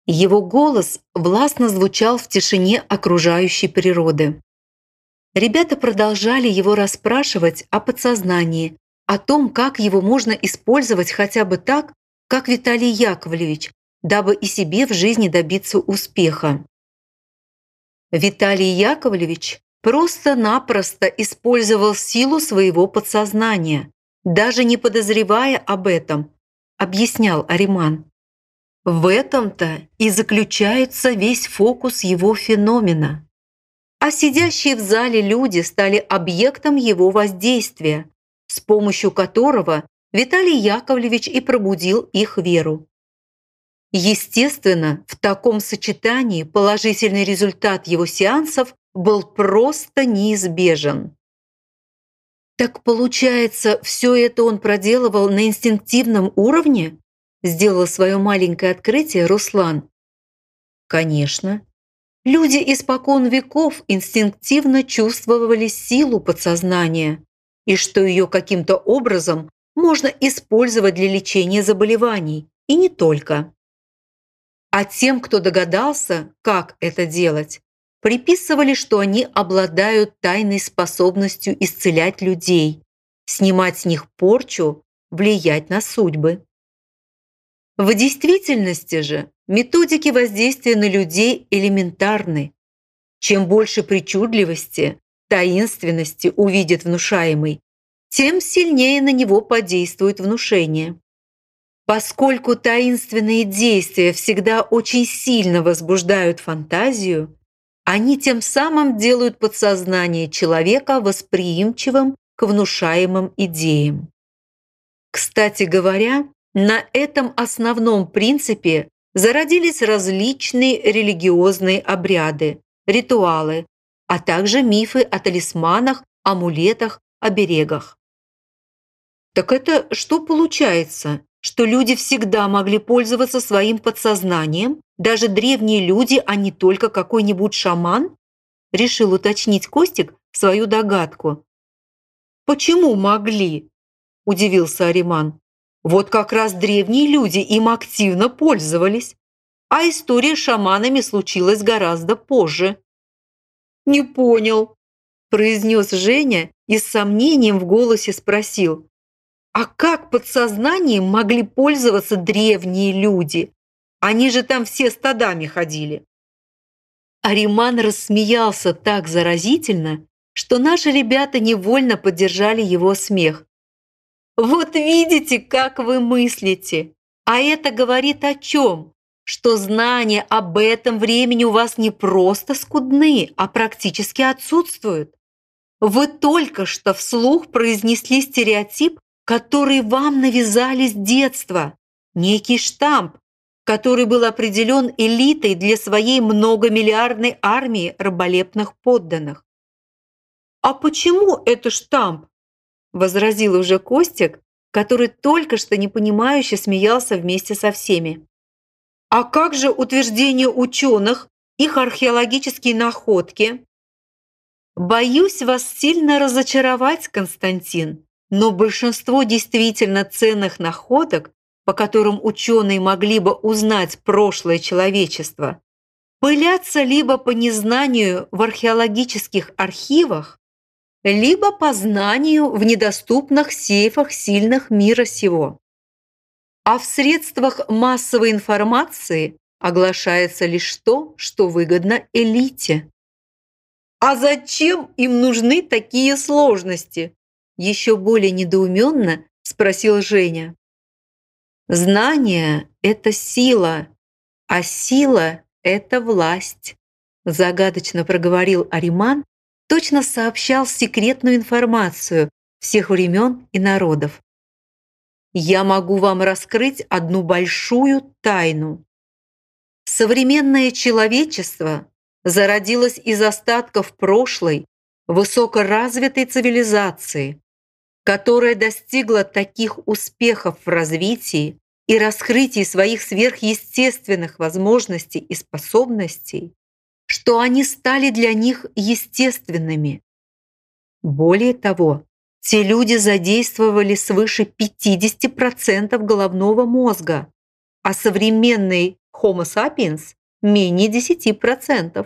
Его голос властно звучал в тишине окружающей природы. Ребята продолжали его расспрашивать о подсознании, о том, как его можно использовать хотя бы так, как Виталий Яковлевич, дабы и себе в жизни добиться успеха. Виталий Яковлевич просто-напросто использовал силу своего подсознания, даже не подозревая об этом, объяснял Ариман. В этом-то и заключается весь фокус его феномена. А сидящие в зале люди стали объектом его воздействия, с помощью которого Виталий Яковлевич и пробудил их веру. Естественно, в таком сочетании положительный результат его сеансов был просто неизбежен. Так получается, все это он проделывал на инстинктивном уровне? Сделал свое маленькое открытие Руслан. Конечно. Люди испокон веков инстинктивно чувствовали силу подсознания и что ее каким-то образом можно использовать для лечения заболеваний, и не только. А тем, кто догадался, как это делать, приписывали, что они обладают тайной способностью исцелять людей, снимать с них порчу, влиять на судьбы. В действительности же методики воздействия на людей элементарны. Чем больше причудливости, таинственности увидит внушаемый, тем сильнее на него подействует внушение. Поскольку таинственные действия всегда очень сильно возбуждают фантазию, они тем самым делают подсознание человека восприимчивым к внушаемым идеям. Кстати говоря, на этом основном принципе зародились различные религиозные обряды, ритуалы, а также мифы о талисманах, амулетах, оберегах. Так это что получается? Что люди всегда могли пользоваться своим подсознанием? Даже древние люди, а не только какой-нибудь шаман? Решил уточнить Костик свою догадку. «Почему могли?» – удивился Ариман. «Вот как раз древние люди им активно пользовались, а история с шаманами случилась гораздо позже». «Не понял», – произнес Женя и с сомнением в голосе спросил. «А как подсознанием могли пользоваться древние люди? Они же там все стадами ходили». Ариман рассмеялся так заразительно, что наши ребята невольно поддержали его смех. «Вот видите, как вы мыслите. А это говорит о чем? Что знания об этом времени у вас не просто скудны, а практически отсутствуют. Вы только что вслух произнесли стереотип, который вам навязали с детства. Некий штамп, который был определен элитой для своей многомиллиардной армии раболепных подданных». «А почему это штамп?» – возразил уже Костик, который только что непонимающе смеялся вместе со всеми. «А как же утверждения ученых, их археологические находки?» «Боюсь вас сильно разочаровать, Константин, но большинство действительно ценных находок, по которым ученые могли бы узнать прошлое человечества, пылятся либо по незнанию в археологических архивах, либо по знанию в недоступных сейфах сильных мира сего. А в средствах массовой информации оглашается лишь то, что выгодно элите». «А зачем им нужны такие сложности?» Еще более недоуменно спросил Женя. «Знание – это сила, а сила – это власть», загадочно проговорил Ариман, точно сообщал секретную информацию всех времен и народов. «Я могу вам раскрыть одну большую тайну. Современное человечество зародилось из остатков прошлой высокоразвитой цивилизации, которая достигла таких успехов в развитии и раскрытии своих сверхъестественных возможностей и способностей, что они стали для них естественными. Более того, те люди задействовали свыше 50% головного мозга, а современный Homo sapiens менее 10%.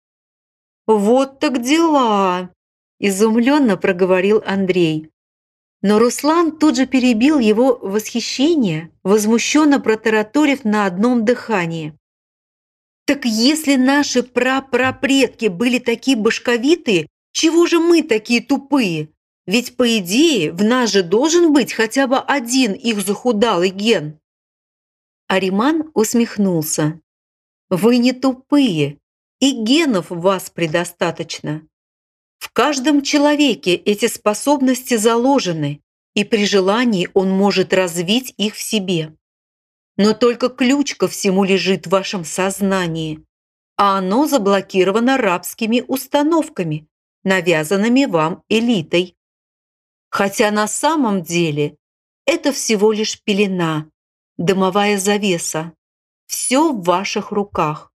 «Вот так дела!» – изумленно проговорил Андрей. Но Руслан тут же перебил его восхищение, возмущенно протараторив на одном дыхании. «Так если наши прапрапредки были такие башковитые, чего же мы такие тупые? Ведь, по идее, в нас же должен быть хотя бы один их захудалый ген». Ариман усмехнулся. «Вы не тупые, и генов в вас предостаточно. В каждом человеке эти способности заложены, и при желании он может развить их в себе. Но только ключ ко всему лежит в вашем сознании, а оно заблокировано рабскими установками, навязанными вам элитой. Хотя на самом деле это всего лишь пелена, дымовая завеса. Все в ваших руках».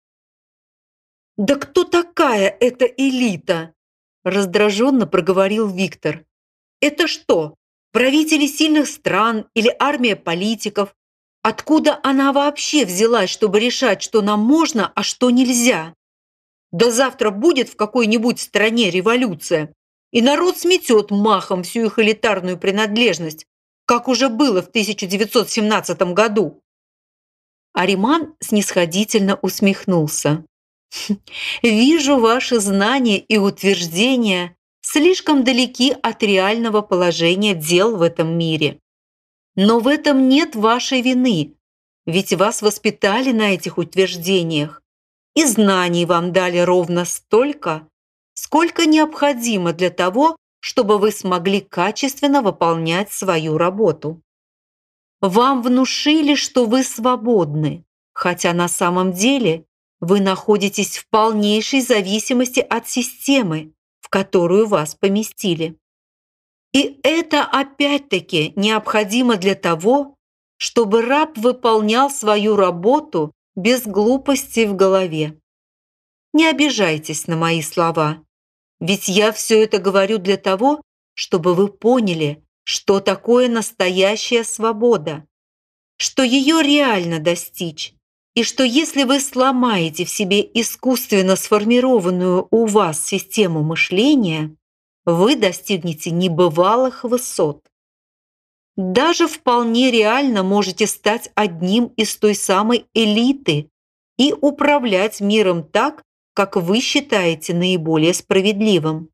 «Да кто такая эта элита?» – раздраженно проговорил Виктор. «Это что, правители сильных стран или армия политиков? Откуда она вообще взялась, чтобы решать, что нам можно, а что нельзя? Да завтра будет в какой-нибудь стране революция, и народ сметет махом всю их элитарную принадлежность, как уже было в 1917 году». Ариман снисходительно усмехнулся. «Вижу, ваши знания и утверждения слишком далеки от реального положения дел в этом мире. Но в этом нет вашей вины, ведь вас воспитали на этих утверждениях, и знаний вам дали ровно столько, сколько необходимо для того, чтобы вы смогли качественно выполнять свою работу. Вам внушили, что вы свободны, хотя на самом деле вы находитесь в полнейшей зависимости от системы, в которую вас поместили. И это опять-таки необходимо для того, чтобы раб выполнял свою работу без глупостей в голове. Не обижайтесь на мои слова, ведь я все это говорю для того, чтобы вы поняли, что такое настоящая свобода, что ее реально достичь, и что если вы сломаете в себе искусственно сформированную у вас систему мышления, вы достигнете небывалых высот. Даже вполне реально можете стать одним из той самой элиты и управлять миром так, как вы считаете наиболее справедливым.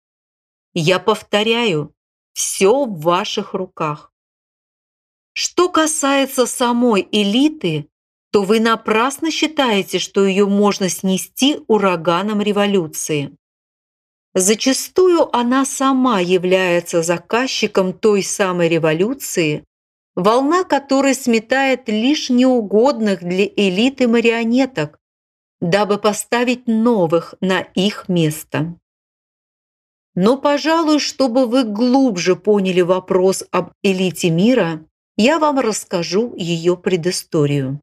Я повторяю, все в ваших руках. Что касается самой элиты, то вы напрасно считаете, что ее можно снести ураганом революции. Зачастую она сама является заказчиком той самой революции, волна которой сметает лишь неугодных для элиты марионеток, дабы поставить новых на их место. Но, пожалуй, чтобы вы глубже поняли вопрос об элите мира, я вам расскажу ее предысторию.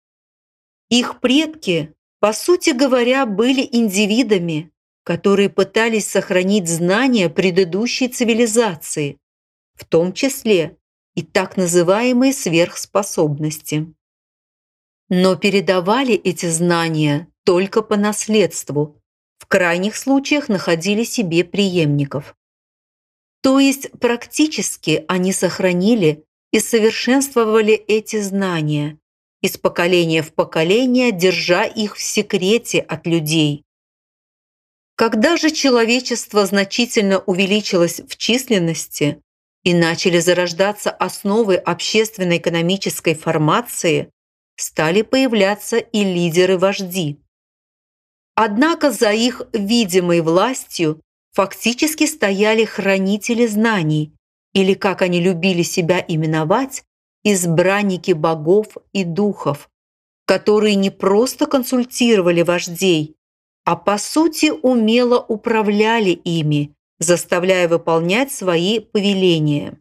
Их предки, по сути говоря, были индивидами, которые пытались сохранить знания предыдущей цивилизации, в том числе и так называемые сверхспособности. Но передавали эти знания только по наследству, в крайних случаях находили себе преемников. То есть практически они сохранили и совершенствовали эти знания, из поколения в поколение держа их в секрете от людей. Когда же человечество значительно увеличилось в численности и начали зарождаться основы общественно-экономической формации, стали появляться и лидеры-вожди. Однако за их видимой властью фактически стояли хранители знаний, или, как они любили себя именовать, избранники богов и духов, которые не просто консультировали вождей, а по сути умело управляли ими, заставляя выполнять свои повеления.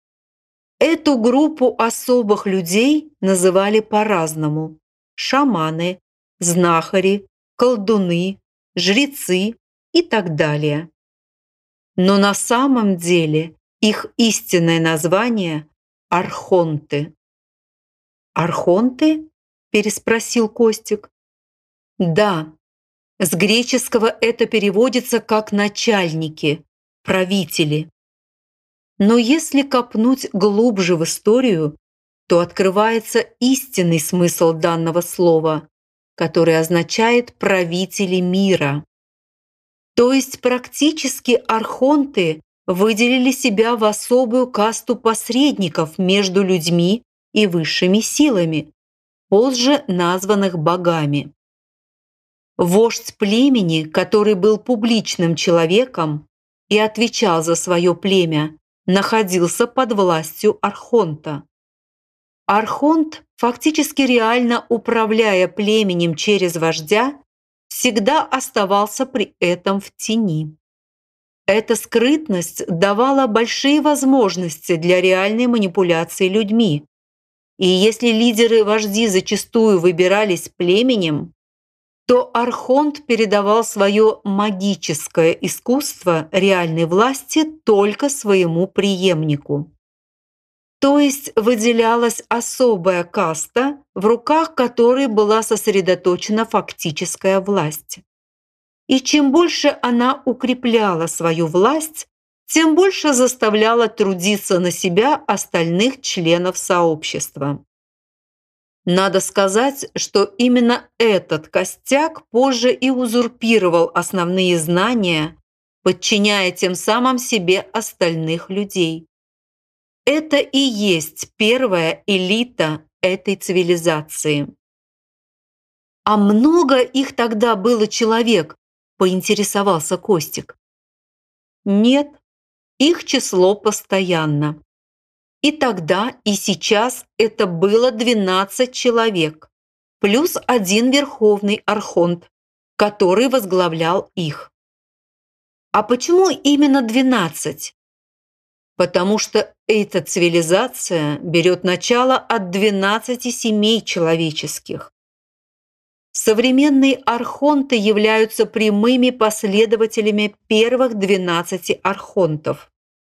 Эту группу особых людей называли по-разному: шаманы, знахари, колдуны, жрецы и так далее. Но на самом деле их истинное название – архонты. «Архонты?» – переспросил Костик. Да, с греческого это переводится как начальники, правители. Но если копнуть глубже в историю, то открывается истинный смысл данного слова, который означает «правители мира». То есть практически архонты выделили себя в особую касту посредников между людьми и высшими силами, позже названных богами. Вождь племени, который был публичным человеком и отвечал за свое племя, находился под властью архонта. Архонт, фактически реально управляя племенем через вождя, всегда оставался при этом в тени. Эта скрытность давала большие возможности для реальной манипуляции людьми. И если лидеры-вожди зачастую выбирались племенем, то архонт передавал свое магическое искусство реальной власти только своему преемнику. То есть выделялась особая каста, в руках которой была сосредоточена фактическая власть. И чем больше она укрепляла свою власть, тем больше заставляла трудиться на себя остальных членов сообщества. Надо сказать, что именно этот костяк позже и узурпировал основные знания, подчиняя тем самым себе остальных людей. Это и есть первая элита этой цивилизации. «А много их тогда было человек?» – поинтересовался Костик. Нет, их число постоянно. И тогда, и сейчас это было 12 человек, плюс один верховный архонт, который возглавлял их. А почему именно 12? Потому что эта цивилизация берет начало от 12 семей человеческих. Современные архонты являются прямыми последователями первых 12 архонтов.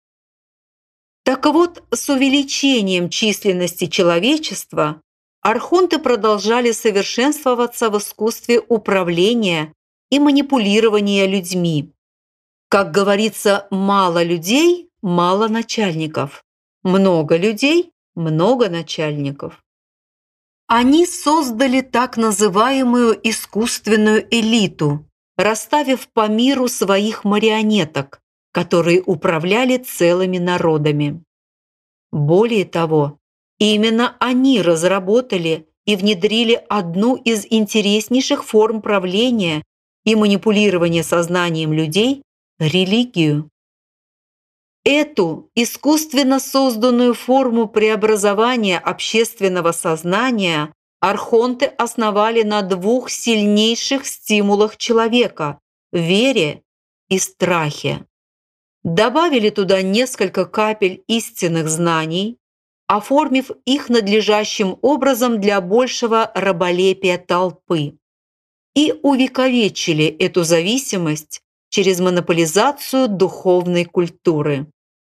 Так вот, с увеличением численности человечества архонты продолжали совершенствоваться в искусстве управления и манипулирования людьми. Как говорится, мало людей – мало начальников, много людей – много начальников. Они создали так называемую искусственную элиту, расставив по миру своих марионеток, которые управляли целыми народами. Более того, именно они разработали и внедрили одну из интереснейших форм правления и манипулирования сознанием людей – религию. Эту искусственно созданную форму преобразования общественного сознания архонты основали на двух сильнейших стимулах человека – вере и страхе. Добавили туда несколько капель истинных знаний, оформив их надлежащим образом для большего раболепия толпы. И увековечили эту зависимость через монополизацию духовной культуры.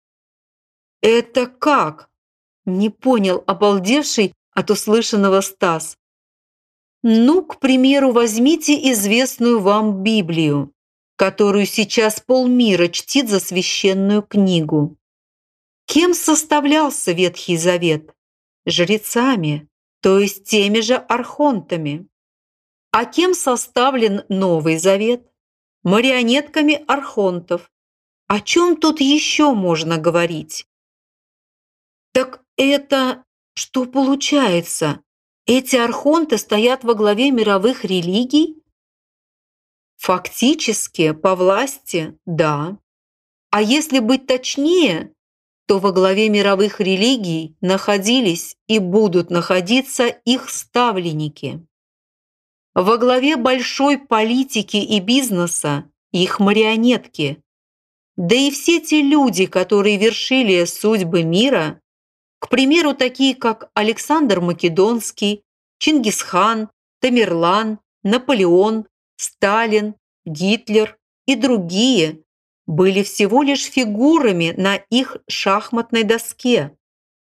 «Это как?» – не понял обалдевший от услышанного Стас. «Ну, к примеру, возьмите известную вам Библию, которую сейчас полмира чтит за священную книгу. Кем составлялся Ветхий Завет? Жрецами, то есть теми же архонтами. А кем составлен Новый Завет? Марионетками архонтов. О чем тут еще можно говорить? Так это что получается? Эти архонты стоят во главе мировых религий? Фактически, по власти, да. А если быть точнее, то во главе мировых религий находились и будут находиться их ставленники. Во главе большой политики и бизнеса их марионетки. Да и все те люди, которые вершили судьбы мира, к примеру, такие как Александр Македонский, Чингисхан, Тамерлан, Наполеон, Сталин, Гитлер и другие, были всего лишь фигурами на их шахматной доске.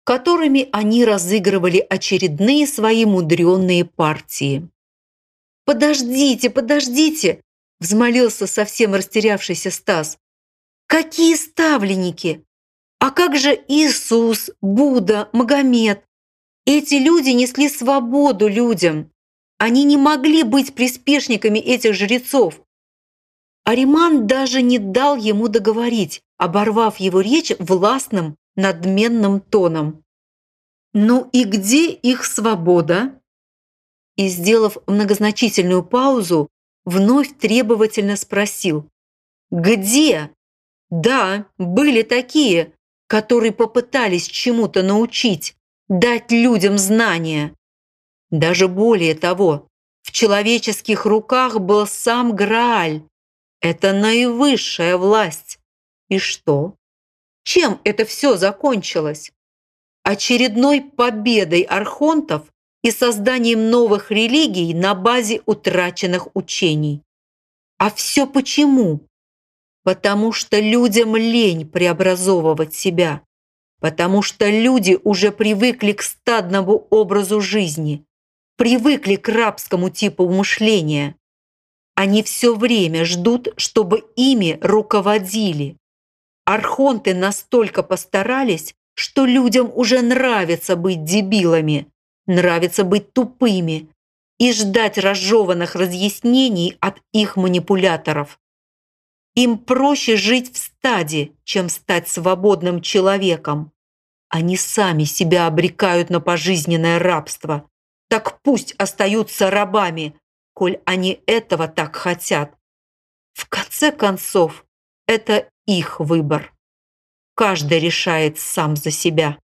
которыми они разыгрывали очередные свои мудренные партии. «Подождите, подождите!» – взмолился совсем растерявшийся Стас. «Какие ставленники? А как же Иисус, Будда, Магомед? Эти люди несли свободу людям. Они не могли быть приспешниками этих жрецов». Ариман даже не дал ему договорить, оборвав его речь властным, надменным тоном. «Ну и где их свобода?» И, сделав многозначительную паузу, вновь требовательно спросил. «Где?» «Да, были такие, которые попытались чему-то научить, дать людям знания. Даже более того, в человеческих руках был сам Грааль. Это наивысшая власть. И что? Чем это все закончилось? Очередной победой архонтов и созданием новых религий на базе утраченных учений. А все почему? Потому что людям лень преобразовывать себя. Потому что люди уже привыкли к стадному образу жизни, привыкли к рабскому типу мышления. Они все время ждут, чтобы ими руководили. Архонты настолько постарались, что людям уже нравится быть дебилами, нравится быть тупыми и ждать разжеванных разъяснений от их манипуляторов. Им проще жить в стаде, чем стать свободным человеком. Они сами себя обрекают на пожизненное рабство. Так пусть остаются рабами, коль они этого так хотят. В конце концов, это их выбор. Каждый решает сам за себя.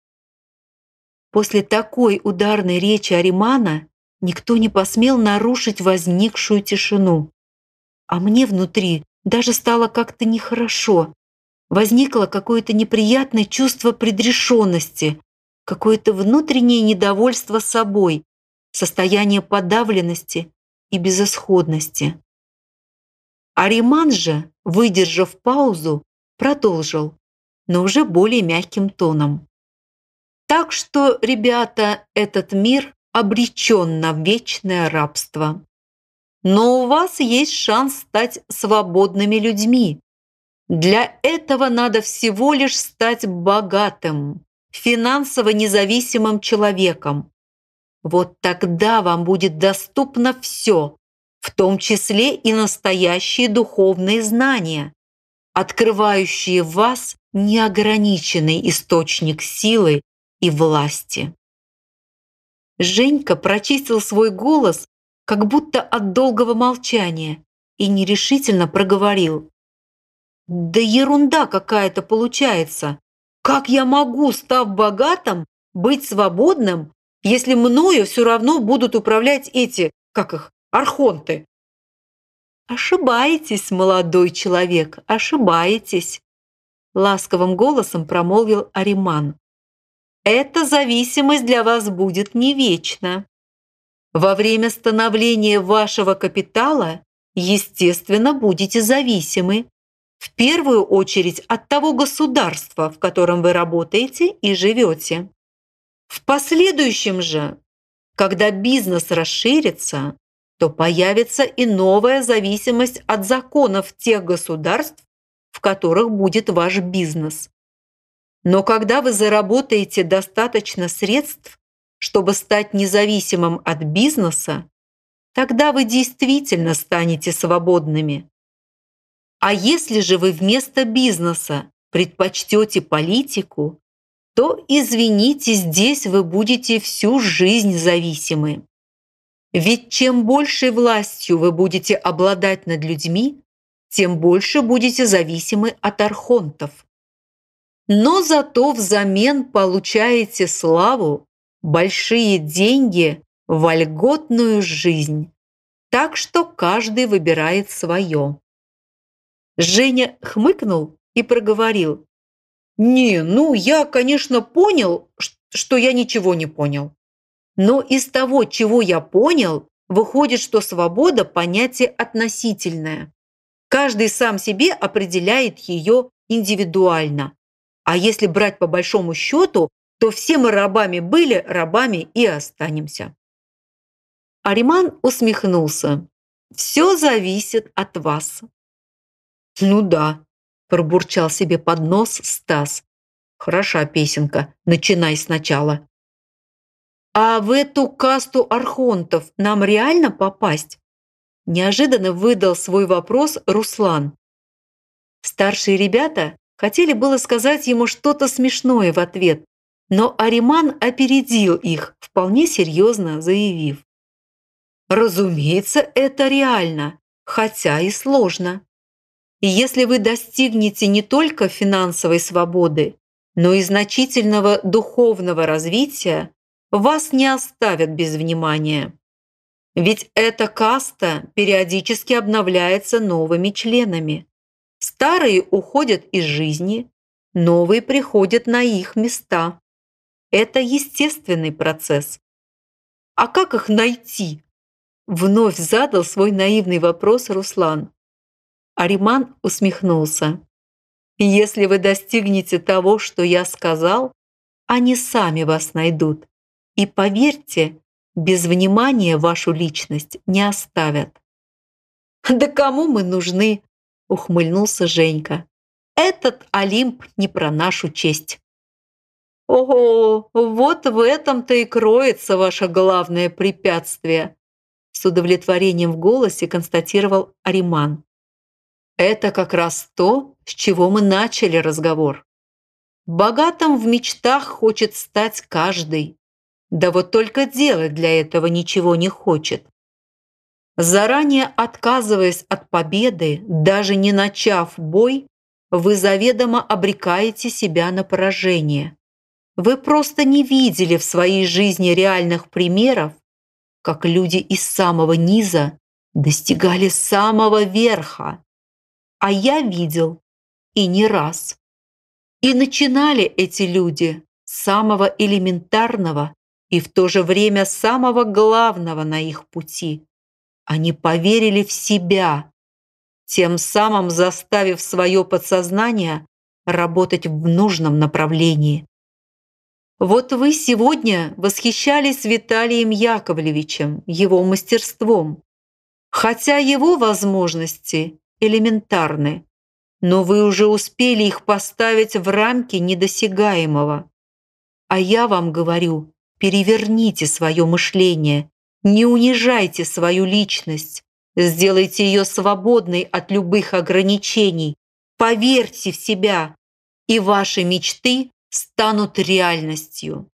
После такой ударной речи Аримана никто не посмел нарушить возникшую тишину. А мне внутри даже стало как-то нехорошо. Возникло какое-то неприятное чувство предрешенности, какое-то внутреннее недовольство собой, состояние подавленности и безысходности. Ариман же, выдержав паузу, продолжил, но уже более мягким тоном. Так что, ребята, этот мир обречен на вечное рабство. Но у вас есть шанс стать свободными людьми. Для этого надо всего лишь стать богатым, финансово независимым человеком. Вот тогда вам будет доступно все, в том числе и настоящие духовные знания, открывающие в вас неограниченный источник силы и власти. Женька прочистил свой голос, как будто от долгого молчания, и нерешительно проговорил. «Да ерунда какая-то получается. Как я могу, став богатым, быть свободным, если мною все равно будут управлять эти, как их, архонты?» «Ошибаетесь, молодой человек, ошибаетесь», ласковым голосом промолвил Ариман. «Эта зависимость для вас будет не вечна. Во время становления вашего капитала, естественно, будете зависимы. В первую очередь от того государства, в котором вы работаете и живете. В последующем же, когда бизнес расширится, то появится и новая зависимость от законов тех государств, в которых будет ваш бизнес. Но когда вы заработаете достаточно средств, чтобы стать независимым от бизнеса, тогда вы действительно станете свободными. А если же вы вместо бизнеса предпочтете политику, то, извините, здесь вы будете всю жизнь зависимы. Ведь чем большей властью вы будете обладать над людьми, тем больше будете зависимы от архонтов. Но зато взамен получаете славу, большие деньги, вольготную жизнь. Так что каждый выбирает свое. Женя хмыкнул и проговорил. «Не, ну я, конечно, понял, что я ничего не понял. Но из того, чего я понял, выходит, что свобода – понятие относительное. Каждый сам себе определяет ее индивидуально. А если брать по большому счету, то все мы рабами были, рабами и останемся. Ариман усмехнулся. «Все зависит от вас». «Ну да», – пробурчал себе под нос Стас. «Хороша песенка, начинай сначала». «А в эту касту архонтов нам реально попасть?» Неожиданно выдал свой вопрос Руслан. Старшие ребята хотели было сказать ему что-то смешное в ответ, но Ариман опередил их, вполне серьезно заявив. «Разумеется, это реально, хотя и сложно. И если вы достигнете не только финансовой свободы, но и значительного духовного развития, вас не оставят без внимания. Ведь эта каста периодически обновляется новыми членами. Старые уходят из жизни, новые приходят на их места. Это естественный процесс. А как их найти? Вновь задал свой наивный вопрос Руслан. Ариман усмехнулся. Если вы достигнете того, что я сказал, они сами вас найдут. И поверьте, без внимания вашу личность не оставят. «Да кому мы нужны?» – ухмыльнулся Женька. «Этот Олимп не про нашу честь». «Ого, вот в этом-то и кроется ваше главное препятствие», – с удовлетворением в голосе констатировал Ариман. «Это как раз то, с чего мы начали разговор. Богатым в мечтах хочет стать каждый. Да вот только делать для этого ничего не хочет. Заранее отказываясь от победы, даже не начав бой, вы заведомо обрекаете себя на поражение. Вы просто не видели в своей жизни реальных примеров, как люди из самого низа достигали самого верха. А я видел, и не раз. И начинали эти люди с самого элементарного и в то же время самого главного на их пути. Они поверили в себя, тем самым заставив свое подсознание работать в нужном направлении. Вот вы сегодня восхищались Виталием Яковлевичем, его мастерством. Хотя его возможности элементарны, но вы уже успели их поставить в рамки недосягаемого. А я вам говорю, переверните свое мышление, не унижайте свою личность, сделайте ее свободной от любых ограничений, поверьте в себя, и ваши мечты станут реальностью.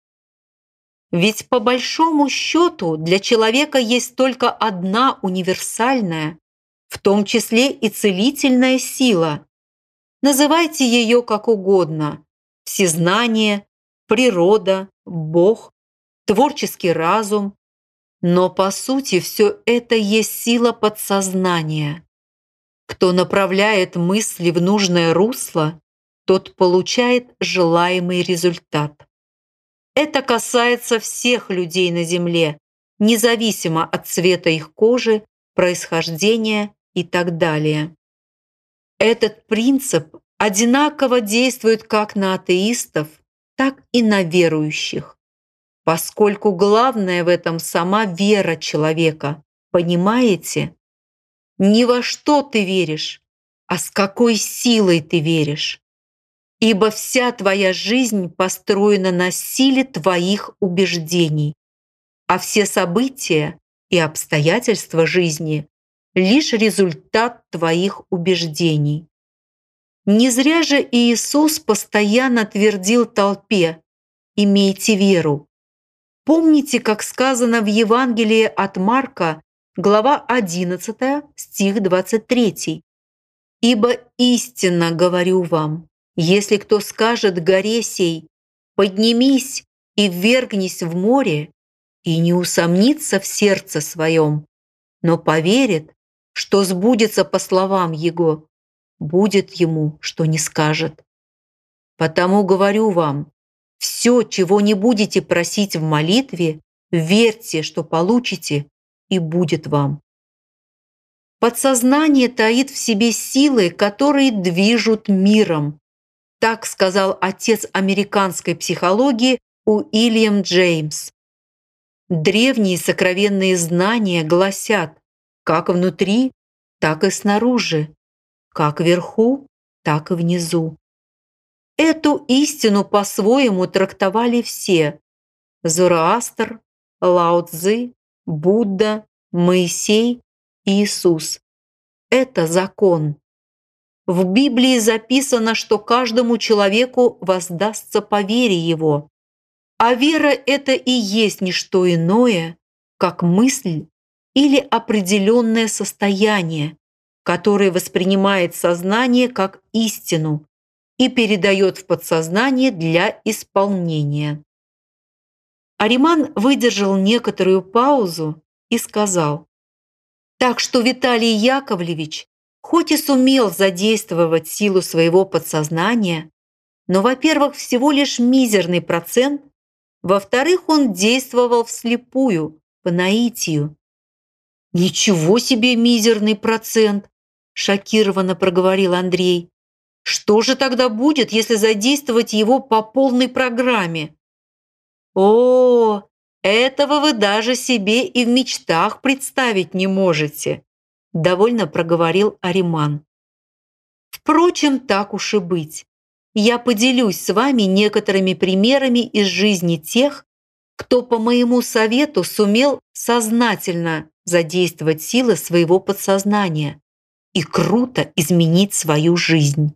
Ведь по большому счету для человека есть только одна универсальная, в том числе и целительная сила. Называйте ее как угодно – всезнание, природа, Бог, творческий разум. Но по сути все это есть сила подсознания. Кто направляет мысли в нужное русло, тот получает желаемый результат. Это касается всех людей на Земле, независимо от цвета их кожи, происхождения и так далее. Этот принцип одинаково действует как на атеистов, так и на верующих, поскольку главное в этом сама вера человека, понимаете? Не во что ты веришь, а с какой силой ты веришь. Ибо вся твоя жизнь построена на силе твоих убеждений, а все события и обстоятельства жизни – лишь результат твоих убеждений. Не зря же Иисус постоянно твердил толпе: «Имейте веру». Помните, как сказано в Евангелии от Марка, глава 11, стих 23. «Ибо истинно говорю вам, если кто скажет горе сей: поднимись и ввергнись в море, и не усомнится в сердце своем, но поверит, что сбудется по словам его, будет ему, что не скажет. Потому говорю вам, все, чего не будете просить в молитве, верьте, что получите, и будет вам». Подсознание таит в себе силы, которые движут миром. Так сказал отец американской психологии Уильям Джеймс. Древние сокровенные знания гласят, как внутри, так и снаружи, как вверху, так и внизу. Эту истину по-своему трактовали все: Зороастр, Лао Цзы, Будда, Моисей, Иисус. Это закон. В Библии записано, что каждому человеку воздастся по вере его. А вера – это и есть не что иное, как мысль или определенное состояние, которое воспринимает сознание как истину и передает в подсознание для исполнения. Ариман выдержал некоторую паузу и сказал: «Так что Виталий Яковлевич, хоть и сумел задействовать силу своего подсознания, но, во-первых, всего лишь мизерный процент, во-вторых, он действовал вслепую, по наитию». «Ничего себе мизерный процент!» – шокированно проговорил Андрей. «Что же тогда будет, если задействовать его по полной программе?» «О, этого вы даже себе и в мечтах представить не можете», – довольно проговорил Ариман. «Впрочем, так уж и быть. Я поделюсь с вами некоторыми примерами из жизни тех, кто по моему совету сумел сознательно задействовать силы своего подсознания и круто изменить свою жизнь».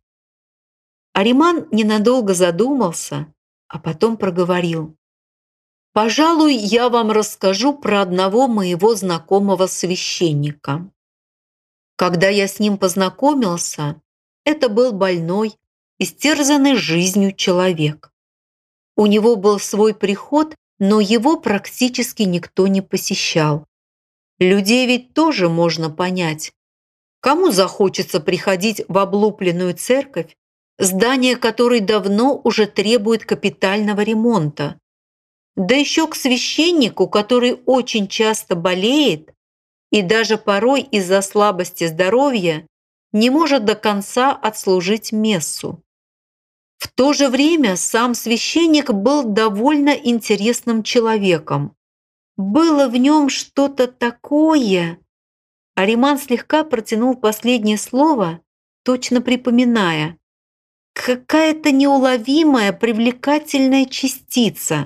Ариман ненадолго задумался, а потом проговорил: «Пожалуй, я вам расскажу про одного моего знакомого священника. Когда я с ним познакомился, это был больной, истерзанный жизнью человек. У него был свой приход, но его практически никто не посещал. Людей ведь тоже можно понять. Кому захочется приходить в облупленную церковь, здание которой давно уже требует капитального ремонта? Да еще к священнику, который очень часто болеет и даже порой из-за слабости здоровья не может до конца отслужить мессу. В то же время сам священник был довольно интересным человеком. Было в нем что-то такое. Ариман слегка протянул последнее слово, точно припоминая. Какая-то неуловимая привлекательная частица.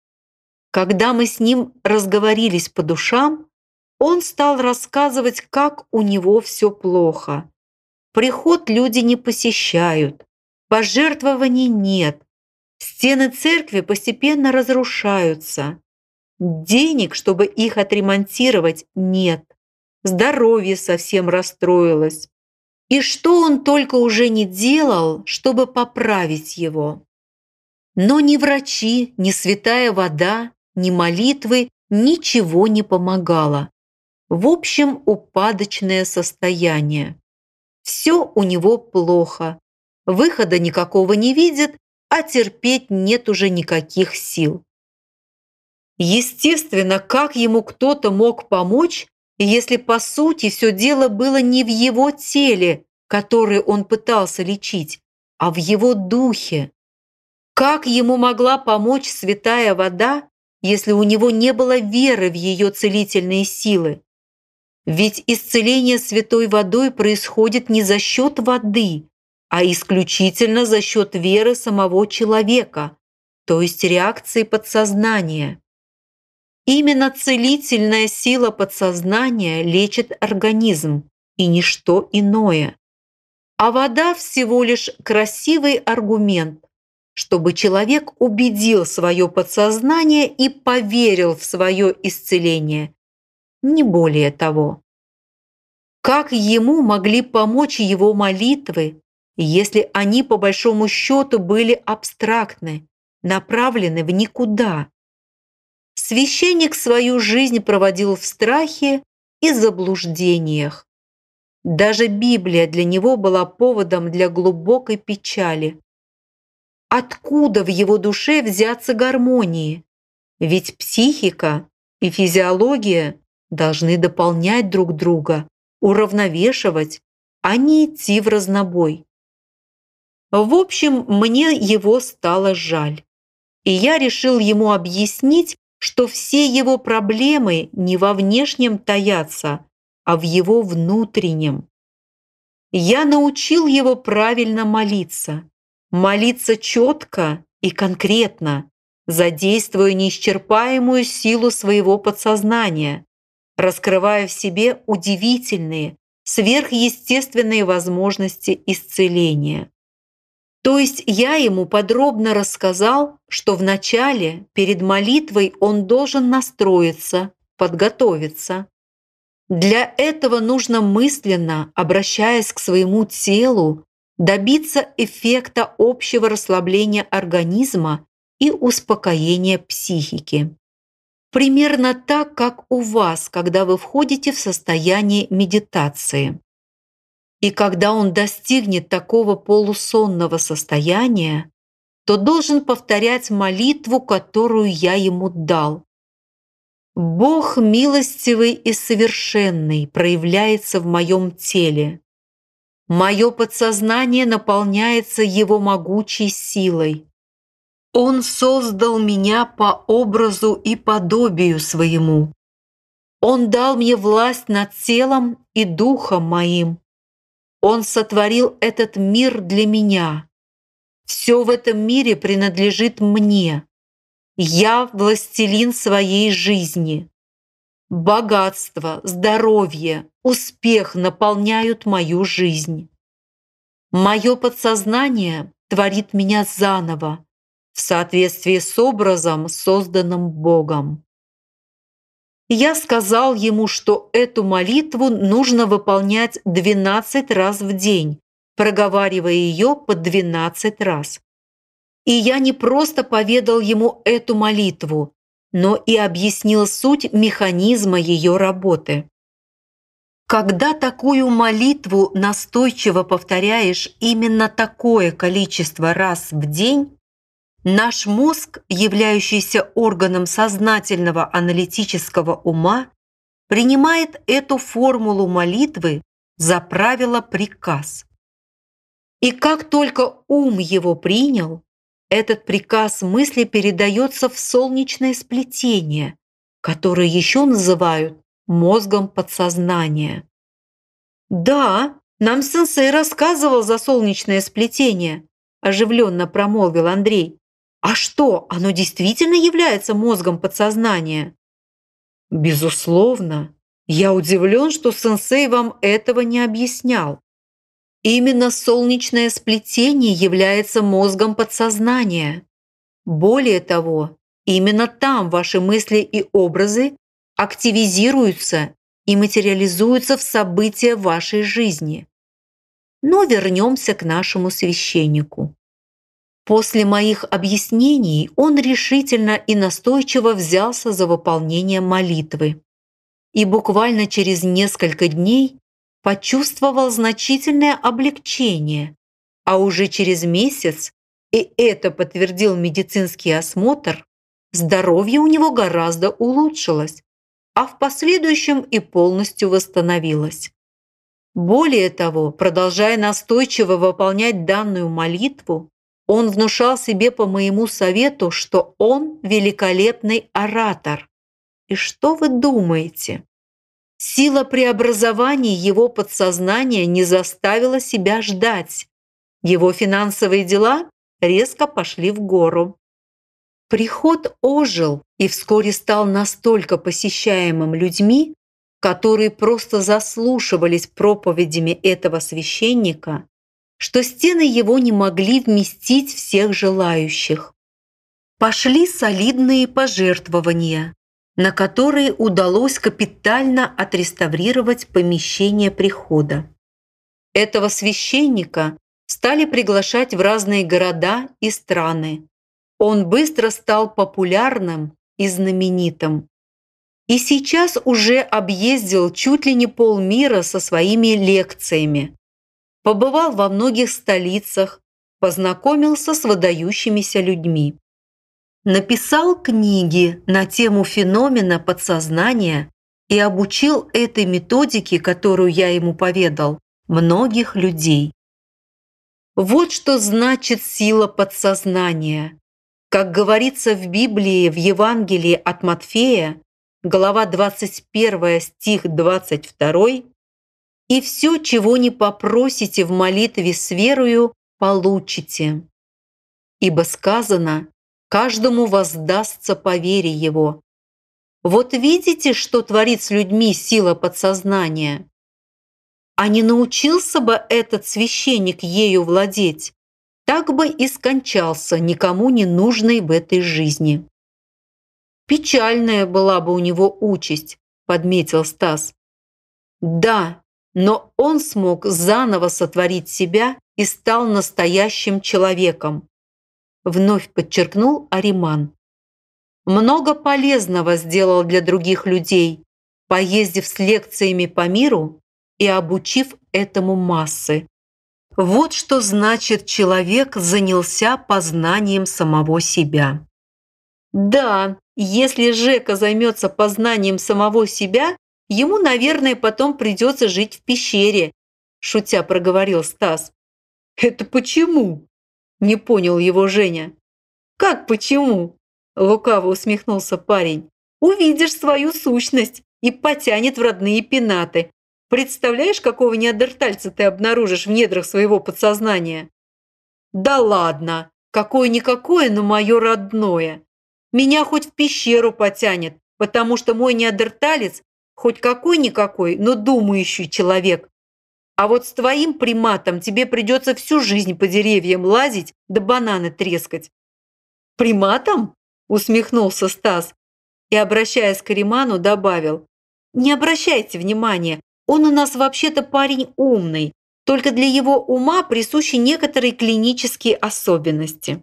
Когда мы с ним разговорились по душам, он стал рассказывать, как у него все плохо. Приход люди не посещают, пожертвований нет, стены церкви постепенно разрушаются, денег, чтобы их отремонтировать, нет, здоровье совсем расстроилось. И что он только уже не делал, чтобы поправить его. Но ни врачи, ни святая вода, ни молитвы ничего не помогало. В общем, упадочное состояние. Все у него плохо. Выхода никакого не видит, а терпеть нет уже никаких сил. Естественно, как ему кто-то мог помочь, если по сути все дело было не в его теле, которое он пытался лечить, а в его духе? Как ему могла помочь святая вода, если у него не было веры в ее целительные силы? Ведь исцеление святой водой происходит не за счет воды, а исключительно за счет веры самого человека, то есть реакции подсознания. Именно целительная сила подсознания лечит организм, и ничто иное. А вода всего лишь красивый аргумент, чтобы человек убедил свое подсознание и поверил в свое исцеление. Не более того. Как ему могли помочь его молитвы, если они по большому счету были абстрактны, направлены в никуда? Священник свою жизнь проводил в страхе и заблуждениях. Даже Библия для него была поводом для глубокой печали. Откуда в его душе взяться гармонии? Ведь психика и физиология должны дополнять друг друга, уравновешивать, а не идти в разнобой. В общем, мне его стало жаль. и я решил ему объяснить, что все его проблемы не во внешнем таятся, а в его внутреннем. Я научил его правильно молиться четко и конкретно, задействуя неисчерпаемую силу своего подсознания, раскрывая в себе удивительные, сверхъестественные возможности исцеления. То есть я ему подробно рассказал, что вначале перед молитвой он должен настроиться, подготовиться. Для этого нужно мысленно, обращаясь к своему телу, добиться эффекта общего расслабления организма и успокоения психики. Примерно так, как у вас, когда вы входите в состояние медитации. И когда он достигнет такого полусонного состояния, то должен повторять молитву, которую я ему дал. Бог милостивый и совершенный проявляется в моем теле. Мое подсознание наполняется Его могучей силой. Он создал меня по образу и подобию своему. Он дал мне власть над телом и духом моим. Он сотворил этот мир для меня. Все в этом мире принадлежит мне. Я властелин своей жизни. Богатство, здоровье, успех наполняют мою жизнь. Мое подсознание творит меня заново, в соответствии с образом, созданным Богом. Я сказал ему, что эту молитву нужно выполнять 12 раз в день, проговаривая ее по 12 раз. И я не просто поведал ему эту молитву, но и объяснил суть механизма ее работы. Когда такую молитву настойчиво повторяешь именно такое количество раз в день, наш мозг, являющийся органом сознательного аналитического ума, принимает эту формулу молитвы за правило-приказ. И как только ум его принял, этот приказ мысли передается в солнечное сплетение, которое еще называют мозгом подсознания. «Да, нам сенсей рассказывал за солнечное сплетение», оживленно промолвил Андрей. «А что, оно действительно является мозгом подсознания?» «Безусловно. Я удивлен, что сенсей вам этого не объяснял. Именно солнечное сплетение является мозгом подсознания. Более того, именно там ваши мысли и образы активизируются и материализуются в события вашей жизни. Но вернемся к нашему священнику. После моих объяснений он решительно и настойчиво взялся за выполнение молитвы. И буквально через несколько дней почувствовал значительное облегчение, а уже через месяц, и это подтвердил медицинский осмотр, здоровье у него гораздо улучшилось, а в последующем и полностью восстановилось. Более того, продолжая настойчиво выполнять данную молитву, он внушал себе по моему совету, что он великолепный оратор. И что вы думаете? Сила преобразования его подсознания не заставила себя ждать. Его финансовые дела резко пошли в гору. Приход ожил и вскоре стал настолько посещаемым людьми, которые просто заслушивались проповедями этого священника, что стены его не могли вместить всех желающих. Пошли солидные пожертвования, на которые удалось капитально отреставрировать помещение прихода. Этого священника стали приглашать в разные города и страны. Он быстро стал популярным и знаменитым. И сейчас уже объездил чуть ли не полмира со своими лекциями. Побывал во многих столицах, познакомился с выдающимися людьми. Написал книги на тему феномена подсознания и обучил этой методике, которую я ему поведал, многих людей. Вот что значит сила подсознания. Как говорится в Библии, в Евангелии от Матфея, глава 21, стих 22, «И все, чего не попросите в молитве с верою, получите. Ибо сказано, каждому воздастся по вере его». Вот видите, что творит с людьми сила подсознания? А не научился бы этот священник ею владеть, так бы и скончался никому не нужной в этой жизни. «Печальная была бы у него участь», – подметил Стас. «Да, но он смог заново сотворить себя и стал настоящим человеком», – вновь подчеркнул Ариман. «Много полезного сделал для других людей, поездив с лекциями по миру и обучив этому массы. Вот что значит, человек занялся познанием самого себя». Да, если Жека займется познанием самого себя, ему, наверное, потом придется жить в пещере, шутя проговорил Стас. Это почему? Не понял его Женя. Как почему? Лукаво усмехнулся парень. Увидишь свою сущность и потянет в родные пенаты. Представляешь, какого неандертальца ты обнаружишь в недрах своего подсознания? Да ладно, какое-никакое, но мое родное. Меня хоть в пещеру потянет, потому что мой неандерталец хоть какой-никакой, но думающий человек. А вот с твоим приматом тебе придется всю жизнь по деревьям лазить да бананы трескать. «Приматом?» – усмехнулся Стас и, обращаясь к Ариману, добавил. «Не обращайте внимания, он у нас вообще-то парень умный, только для его ума присущи некоторые клинические особенности».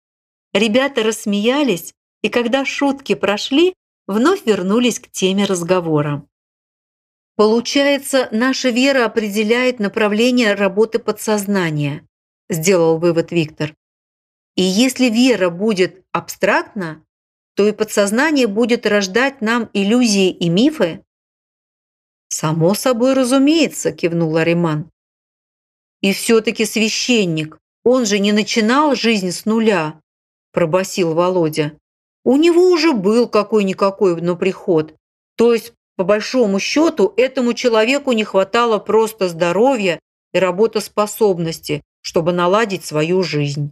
Ребята рассмеялись, и когда шутки прошли, вновь вернулись к теме разговора. «Получается, наша вера определяет направление работы подсознания», – сделал вывод Виктор. «И если вера будет абстрактна, то и подсознание будет рождать нам иллюзии и мифы?» «Само собой разумеется», – кивнул Ариман. «И все-таки священник, он же не начинал жизнь с нуля», – пробасил Володя. «У него уже был какой-никакой, но приход. То есть, по большому счету, этому человеку не хватало просто здоровья и работоспособности, чтобы наладить свою жизнь».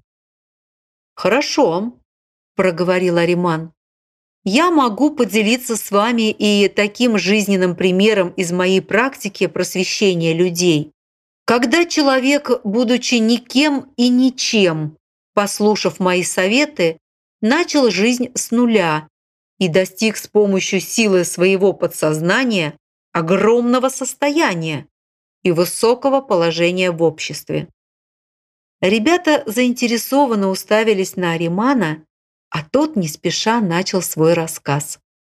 «Хорошо», – проговорил Ариман. «Я могу поделиться с вами и таким жизненным примером из моей практики просвещения людей. Когда человек, будучи никем и ничем, послушав мои советы, начал жизнь с нуля и достиг с помощью силы своего подсознания огромного состояния и высокого положения в обществе». Ребята заинтересованно уставились на Аримана, а тот не спеша начал свой рассказ.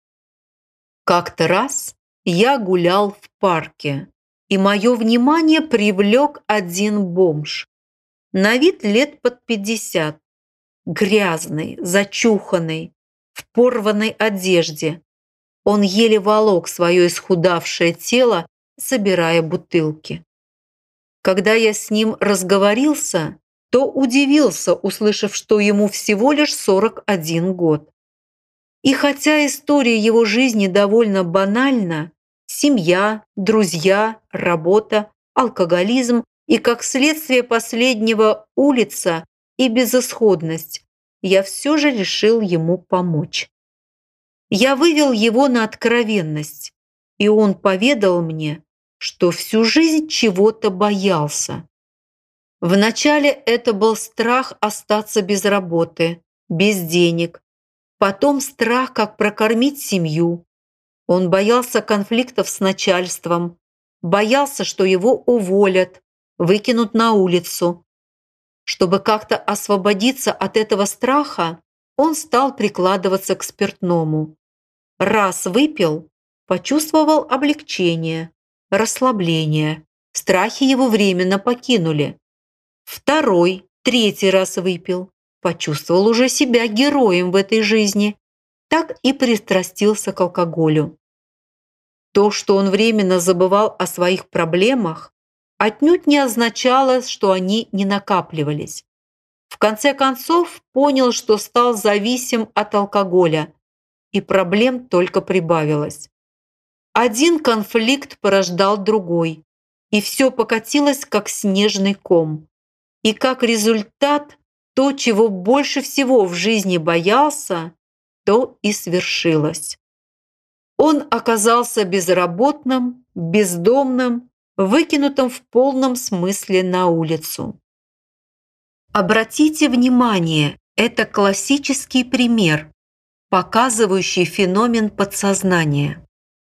«Как-то раз я гулял в парке, и мое внимание привлек один бомж. На вид лет под 50, грязный, зачуханный, в порванной одежде. Он еле волок свое исхудавшее тело, собирая бутылки. Когда я с ним разговорился, то удивился, услышав, что ему всего лишь 41 год. И хотя история его жизни довольно банальна, семья, друзья, работа, алкоголизм и, как следствие последнего, улица и безысходность, я все же решил ему помочь. Я вывел его на откровенность, и он поведал мне, что всю жизнь чего-то боялся. Вначале это был страх остаться без работы, без денег, потом страх, как прокормить семью. Он боялся конфликтов с начальством, боялся, что его уволят, выкинут на улицу. Чтобы как-то освободиться от этого страха, он стал прикладываться к спиртному. Раз выпил, почувствовал облегчение, расслабление, страхи его временно покинули. Второй, третий раз выпил, почувствовал уже себя героем в этой жизни, так и пристрастился к алкоголю. То, что он временно забывал о своих проблемах, отнюдь не означало, что они не накапливались. В В конце концов понял, что стал зависим от алкоголя, и проблем только прибавилось. Один конфликт порождал другой, и все покатилось, как снежный ком. И как результат, то, чего больше всего в жизни боялся, то и свершилось. Он оказался безработным, бездомным, выкинутым в полном смысле на улицу. Обратите внимание, это классический пример, показывающий феномен подсознания.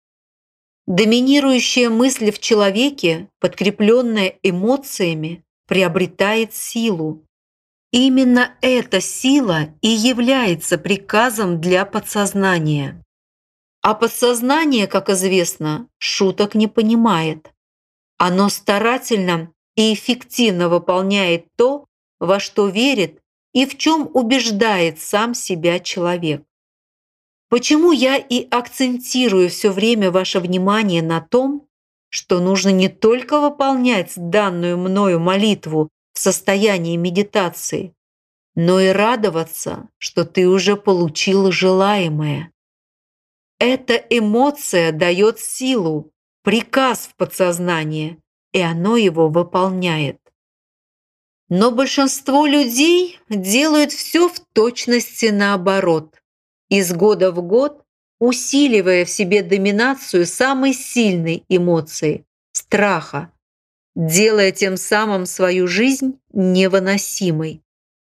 Доминирующая мысль в человеке, подкрепленная эмоциями, приобретает силу. Именно эта сила и является приказом для подсознания. А подсознание, как известно, шуток не понимает. Оно старательно и эффективно выполняет то, во что верит и в чем убеждает сам себя человек. Почему я и акцентирую все время ваше внимание на том, что нужно не только выполнять данную мною молитву в состоянии медитации, но и радоваться, что ты уже получил желаемое. Эта эмоция дает силу, приказ в подсознание, и оно его выполняет. Но большинство людей делают все в точности наоборот, из года в год усиливая в себе доминацию самой сильной эмоции – страха, делая тем самым свою жизнь невыносимой.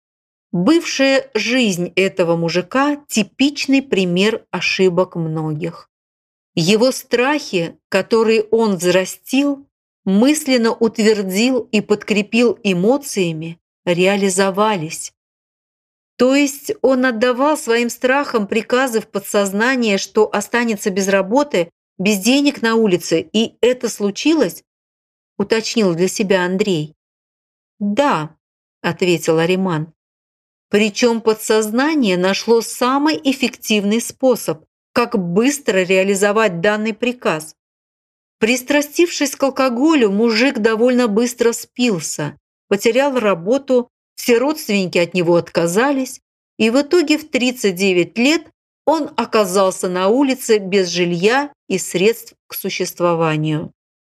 Бывшая жизнь этого мужика – типичный пример ошибок многих. Его страхи, которые он взрастил, мысленно утвердил и подкрепил эмоциями, реализовались. То есть он отдавал своим страхам приказы в подсознание, что останется без работы, без денег на улице, и это случилось? Уточнил для себя Андрей. Да, ответил Ариман. Причем подсознание нашло самый эффективный способ, как быстро реализовать данный приказ. Пристрастившись к алкоголю, мужик довольно быстро спился, потерял работу, все родственники от него отказались, и в итоге в 39 лет он оказался на улице без жилья и средств к существованию.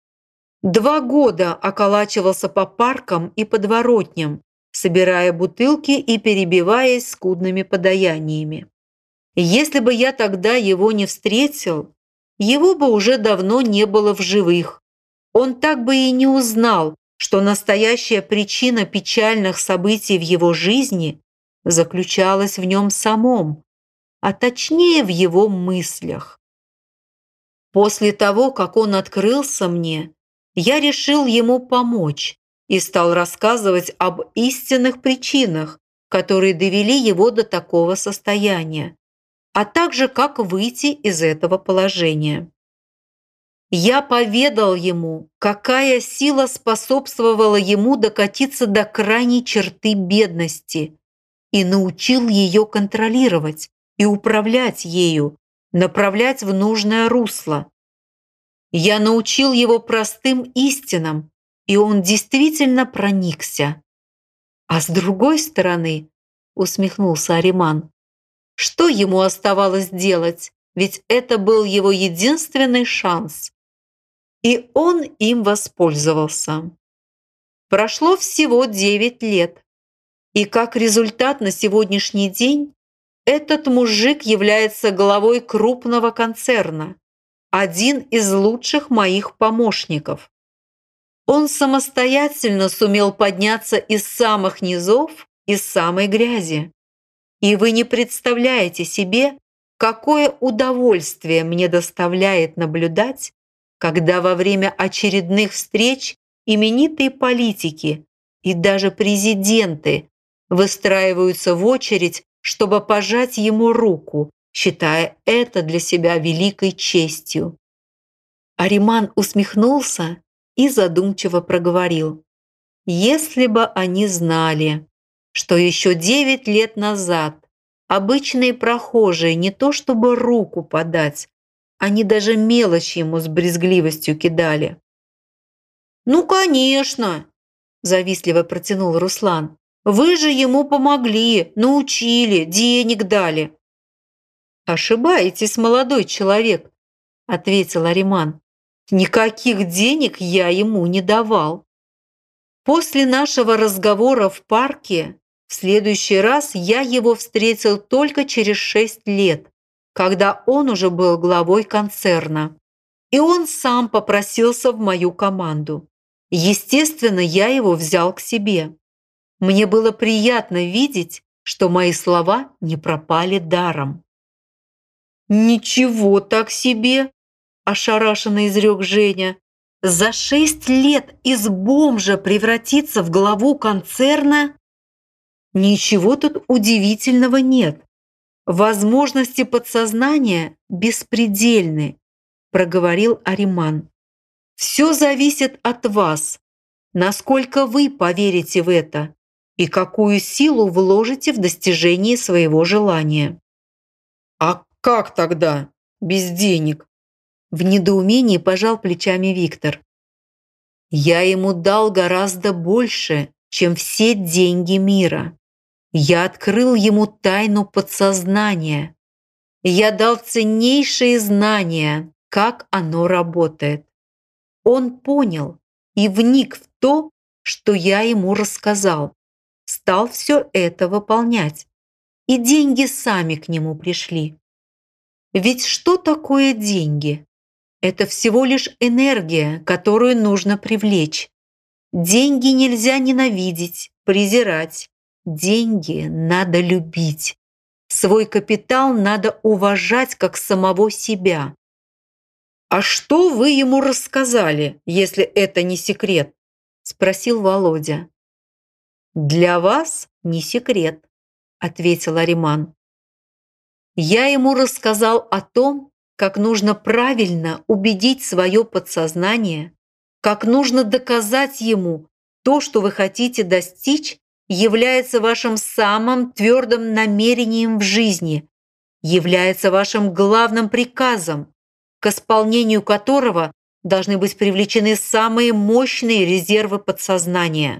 2 года околачивался по паркам и подворотням, собирая бутылки и перебиваясь скудными подаяниями. Если бы я тогда его не встретил, его бы уже давно не было в живых. Он так бы и не узнал, что настоящая причина печальных событий в его жизни заключалась в нем самом, а точнее в его мыслях. После того, как он открылся мне, я решил ему помочь и стал рассказывать об истинных причинах, которые довели его до такого состояния, а также как выйти из этого положения. Я поведал ему, какая сила способствовала ему докатиться до крайней черты бедности, и научил ее контролировать и управлять ею, направлять в нужное русло. Я научил его простым истинам, и он действительно проникся. А с другой стороны, усмехнулся Ариман, что ему оставалось делать, ведь это был его единственный шанс. И он им воспользовался. Прошло всего 9 лет. И как результат на сегодняшний день этот мужик является главой крупного концерна, один из лучших моих помощников. Он самостоятельно сумел подняться из самых низов, из самой грязи. И вы не представляете себе, какое удовольствие мне доставляет наблюдать, когда во время очередных встреч именитые политики и даже президенты выстраиваются в очередь, чтобы пожать ему руку, считая это для себя великой честью. Ариман усмехнулся и задумчиво проговорил. Если бы они знали, что еще 9 лет назад обычные прохожие не то чтобы руку подать, они даже мелочь ему с брезгливостью кидали. «Ну, конечно!» – завистливо протянул Руслан. Вы же ему помогли, научили, денег дали». «Ошибаетесь, молодой человек», – ответил Ариман. «Никаких денег я ему не давал. После нашего разговора в парке в следующий раз я его встретил только через 6 лет, когда он уже был главой концерна. И он сам попросился в мою команду. Естественно, я его взял к себе. Мне было приятно видеть, что мои слова не пропали даром». «Ничего так себе!» – ошарашенно изрек Женя. «За 6 лет из бомжа превратиться в главу концерна? Ничего тут удивительного нет. Возможности подсознания беспредельны», – проговорил Ариман. «Все зависит от вас, насколько вы поверите в это и какую силу вложите в достижение своего желания». «А как тогда? Без денег?» В недоумении пожал плечами Виктор. «Я ему дал гораздо больше, чем все деньги мира. Я открыл ему тайну подсознания. Я дал ценнейшие знания, как оно работает. Он понял и вник в то, что я ему рассказал. Стал все это выполнять. И деньги сами к нему пришли. Ведь что такое деньги? Это всего лишь энергия, которую нужно привлечь. Деньги нельзя ненавидеть, презирать. Деньги надо любить. Свой капитал надо уважать как самого себя». «А что вы ему рассказали, если это не секрет?» – спросил Володя. «Для вас не секрет», – ответил Ариман. «Я ему рассказал о том, как нужно правильно убедить свое подсознание, как нужно доказать ему то, что вы хотите достичь, является вашим самым твердым намерением в жизни, является вашим главным приказом, к исполнению которого должны быть привлечены самые мощные резервы подсознания».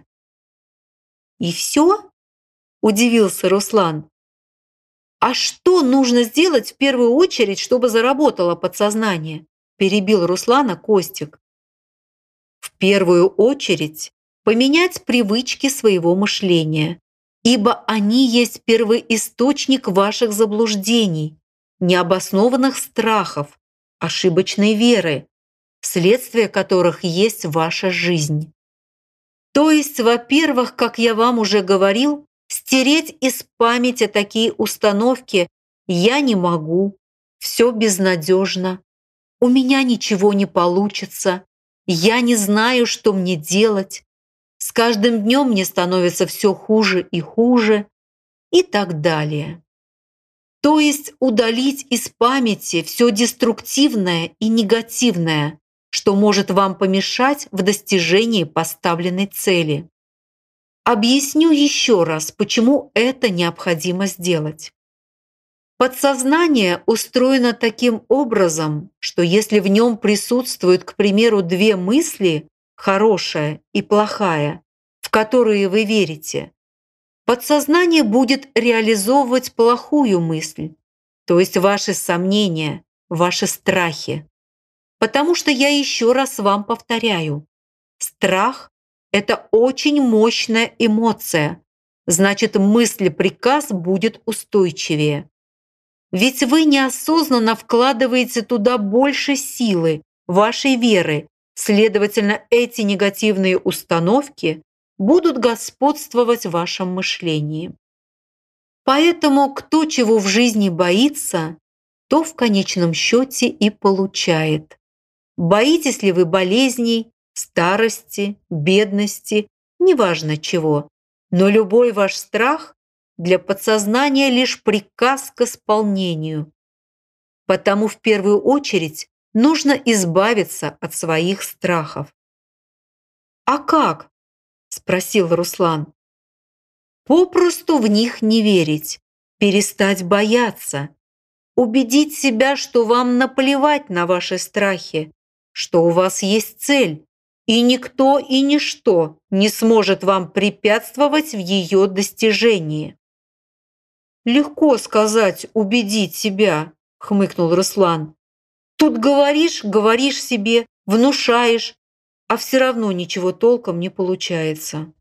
«И все?» – удивился Руслан. «А что нужно сделать в первую очередь, чтобы заработало подсознание?» – перебил Руслана Костик. «В первую очередь поменять привычки своего мышления, ибо они есть первоисточник ваших заблуждений, необоснованных страхов, ошибочной веры, следствие которых есть ваша жизнь. То есть, во-первых, как я вам уже говорил, стереть из памяти такие установки «я не могу», «все безнадежно», «у меня ничего не получится», «я не знаю, что мне делать», «с каждым днем мне становится все хуже и хуже» и так далее. То есть удалить из памяти все деструктивное и негативное, что может вам помешать в достижении поставленной цели. Объясню еще раз, почему это необходимо сделать. Подсознание устроено таким образом, что если в нем присутствуют, к примеру, 2 мысли, хорошая и плохая, в которые вы верите, подсознание будет реализовывать плохую мысль, то есть ваши сомнения, ваши страхи. Потому что я еще раз вам повторяю, страх – это очень мощная эмоция, значит, мысль-приказ будет устойчивее. Ведь вы неосознанно вкладываете туда больше силы, вашей веры, следовательно, эти негативные установки будут господствовать в вашем мышлении. Поэтому кто чего в жизни боится, то в конечном счете и получает. Боитесь ли вы болезней, старости, бедности, неважно чего, но любой ваш страх для подсознания лишь приказ к исполнению. Потому в первую очередь нужно избавиться от своих страхов. «А как?» – спросил Руслан. «Попросту в них не верить, перестать бояться, убедить себя, что вам наплевать на ваши страхи, что у вас есть цель, И никто и ничто не сможет вам препятствовать в ее достижении. «Легко сказать, убедить себя», – хмыкнул Руслан. «Тут говоришь себе, внушаешь, а все равно ничего толком не получается».